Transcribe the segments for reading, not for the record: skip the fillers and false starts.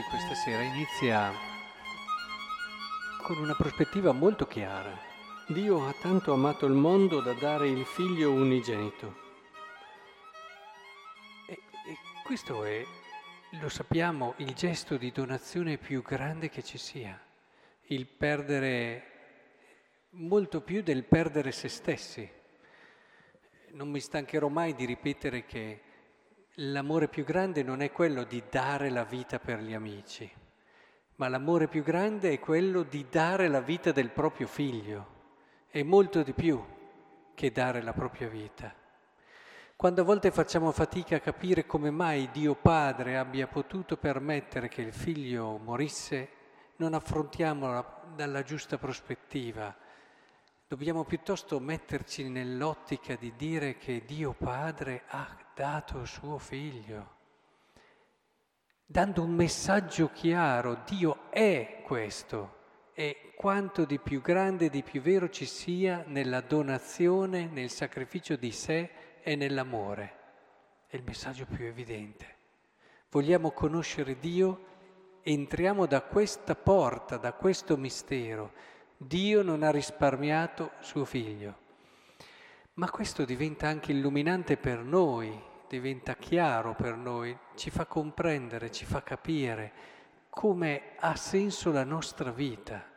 questa sera inizia con una prospettiva molto chiara. Dio ha tanto amato il mondo da dare il Figlio unigenito. E questo è, lo sappiamo, il gesto di donazione più grande che ci sia. Il perdere, molto più del perdere se stessi. Non mi stancherò mai di ripetere che l'amore più grande non è quello di dare la vita per gli amici, ma l'amore più grande è quello di dare la vita del proprio figlio. È molto di più che dare la propria vita. Quando a volte facciamo fatica a capire come mai Dio Padre abbia potuto permettere che il figlio morisse, non affrontiamola dalla giusta prospettiva. Dobbiamo piuttosto metterci nell'ottica di dire che Dio Padre ha dato suo figlio, dando un messaggio chiaro: Dio è questo, e quanto di più grande e di più vero ci sia nella donazione, nel sacrificio di sé e nell'amore. È il messaggio più evidente. Vogliamo conoscere Dio? Entriamo da questa porta, da questo mistero. Dio non ha risparmiato suo figlio. Ma questo diventa anche illuminante per noi, diventa chiaro per noi, ci fa comprendere, ci fa capire come ha senso la nostra vita.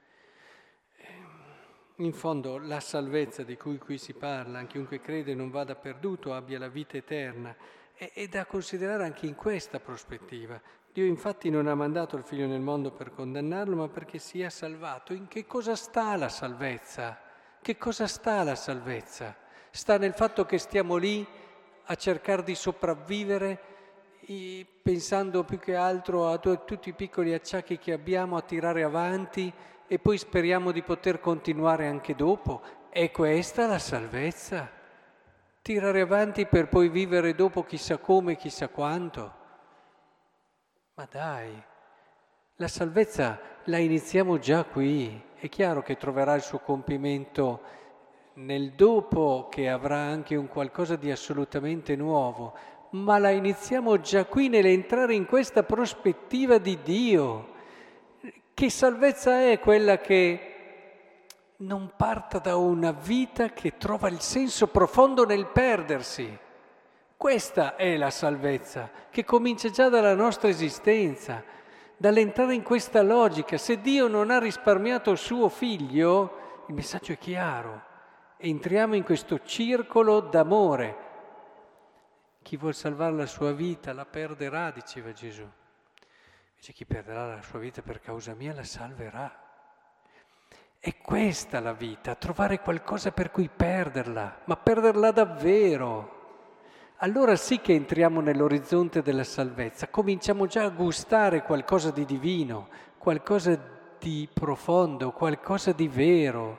In fondo la salvezza di cui qui si parla, chiunque crede non vada perduto, abbia la vita eterna, è da considerare anche in questa prospettiva. Dio infatti non ha mandato il Figlio nel mondo per condannarlo, ma perché sia salvato. In che cosa sta la salvezza? Che cosa sta la salvezza? Sta nel fatto che stiamo lì a cercare di sopravvivere, pensando più che altro a tutti i piccoli acciacchi che abbiamo, a tirare avanti e poi speriamo di poter continuare anche dopo. È questa la salvezza? Tirare avanti per poi vivere dopo chissà come, chissà quanto? Ma dai, la salvezza la iniziamo già qui. È chiaro che troverà il suo compimento nel dopo, che avrà anche un qualcosa di assolutamente nuovo, ma la iniziamo già qui nell'entrare in questa prospettiva di Dio. Che salvezza è quella che non parta da una vita che trova il senso profondo nel perdersi? Questa è la salvezza, che comincia già dalla nostra esistenza, dall'entrare in questa logica. Se Dio non ha risparmiato suo figlio, il messaggio è chiaro. Entriamo in questo circolo d'amore. Chi vuol salvare la sua vita la perderà, diceva Gesù. Invece chi perderà la sua vita per causa mia la salverà. È questa la vita, trovare qualcosa per cui perderla, ma perderla davvero. Allora sì che entriamo nell'orizzonte della salvezza, cominciamo già a gustare qualcosa di divino, qualcosa di profondo, qualcosa di vero.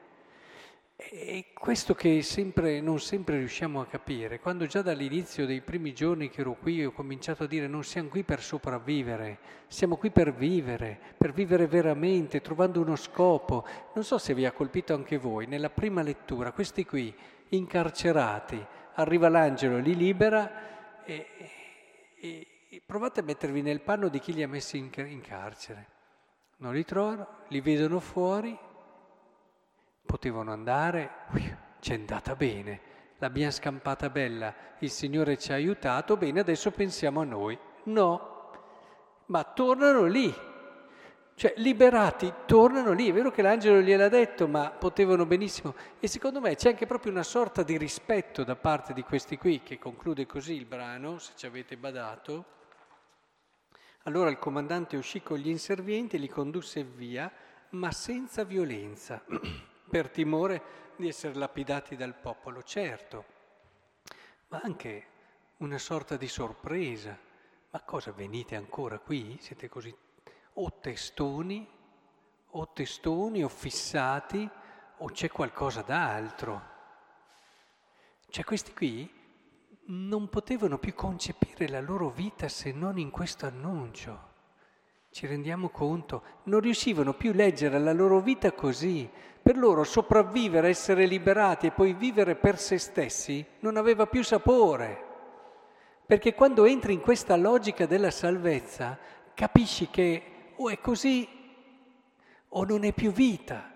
E questo che non sempre riusciamo a capire, quando già dall'inizio dei primi giorni che ero qui ho cominciato a dire: non siamo qui per sopravvivere, siamo qui per vivere veramente, trovando uno scopo. Non so se vi ha colpito anche voi, nella prima lettura, questi qui, incarcerati, arriva l'angelo, li libera e provate a mettervi nel panno di chi li ha messi in carcere. Non li trovano, li vedono fuori. Potevano andare, ci è andata bene, l'abbiamo scampata bella, il Signore ci ha aiutato, bene, adesso pensiamo a noi. No, ma tornano lì, cioè liberati, tornano lì. È vero che l'angelo gliel'ha detto, ma potevano benissimo. E secondo me c'è anche proprio una sorta di rispetto da parte di questi qui, che conclude così il brano, se ci avete badato. Allora il comandante uscì con gli inservienti e li condusse via, ma senza violenza, per timore di essere lapidati dal popolo, certo, ma anche una sorta di sorpresa. Ma cosa, venite ancora qui? Siete così o testoni o fissati, o c'è qualcosa d'altro? Cioè questi qui non potevano più concepire la loro vita se non in questo annuncio. Ci rendiamo conto? Non riuscivano più a leggere la loro vita così. Per loro sopravvivere, essere liberati e poi vivere per se stessi non aveva più sapore. Perché quando entri in questa logica della salvezza, capisci che o è così o non è più vita.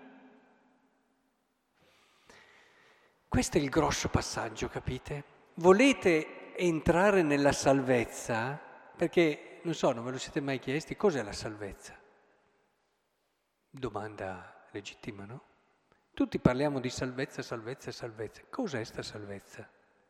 Questo è il grosso passaggio, capite? Volete entrare nella salvezza? Perché, non so, non ve lo siete mai chiesti, cos'è la salvezza? Domanda legittima, no? Tutti parliamo di salvezza, salvezza, salvezza. Cos'è sta salvezza?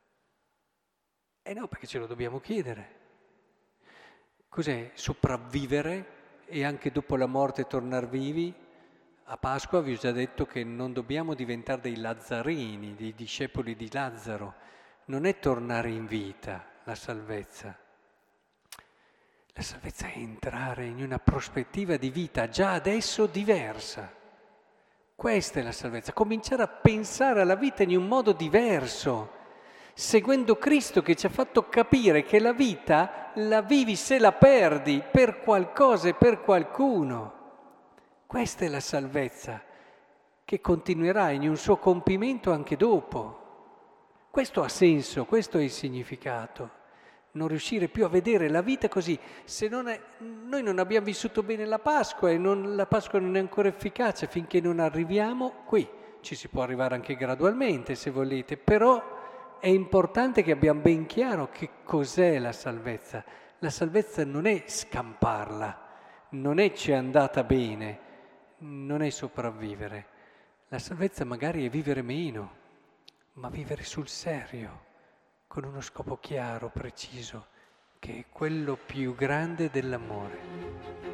No, perché ce lo dobbiamo chiedere. Cos'è sopravvivere e anche dopo la morte tornar vivi? A Pasqua vi ho già detto che non dobbiamo diventare dei lazzarini, dei discepoli di Lazzaro. Non è tornare in vita la salvezza. La salvezza è entrare in una prospettiva di vita già adesso diversa. Questa è la salvezza, cominciare a pensare alla vita in un modo diverso, seguendo Cristo che ci ha fatto capire che la vita la vivi se la perdi per qualcosa e per qualcuno. Questa è la salvezza che continuerà in un suo compimento anche dopo. Questo ha senso, questo è il significato. Non riuscire più a vedere la vita così, se non è, noi non abbiamo vissuto bene la Pasqua e la Pasqua non è ancora efficace finché non arriviamo qui. Ci si può arrivare anche gradualmente se volete, però è importante che abbiamo ben chiaro che cos'è la salvezza. La salvezza non è scamparla, non è ci è andata bene, non è sopravvivere. La salvezza magari è vivere meno, ma vivere sul serio, con uno scopo chiaro, preciso, che è quello più grande dell'amore.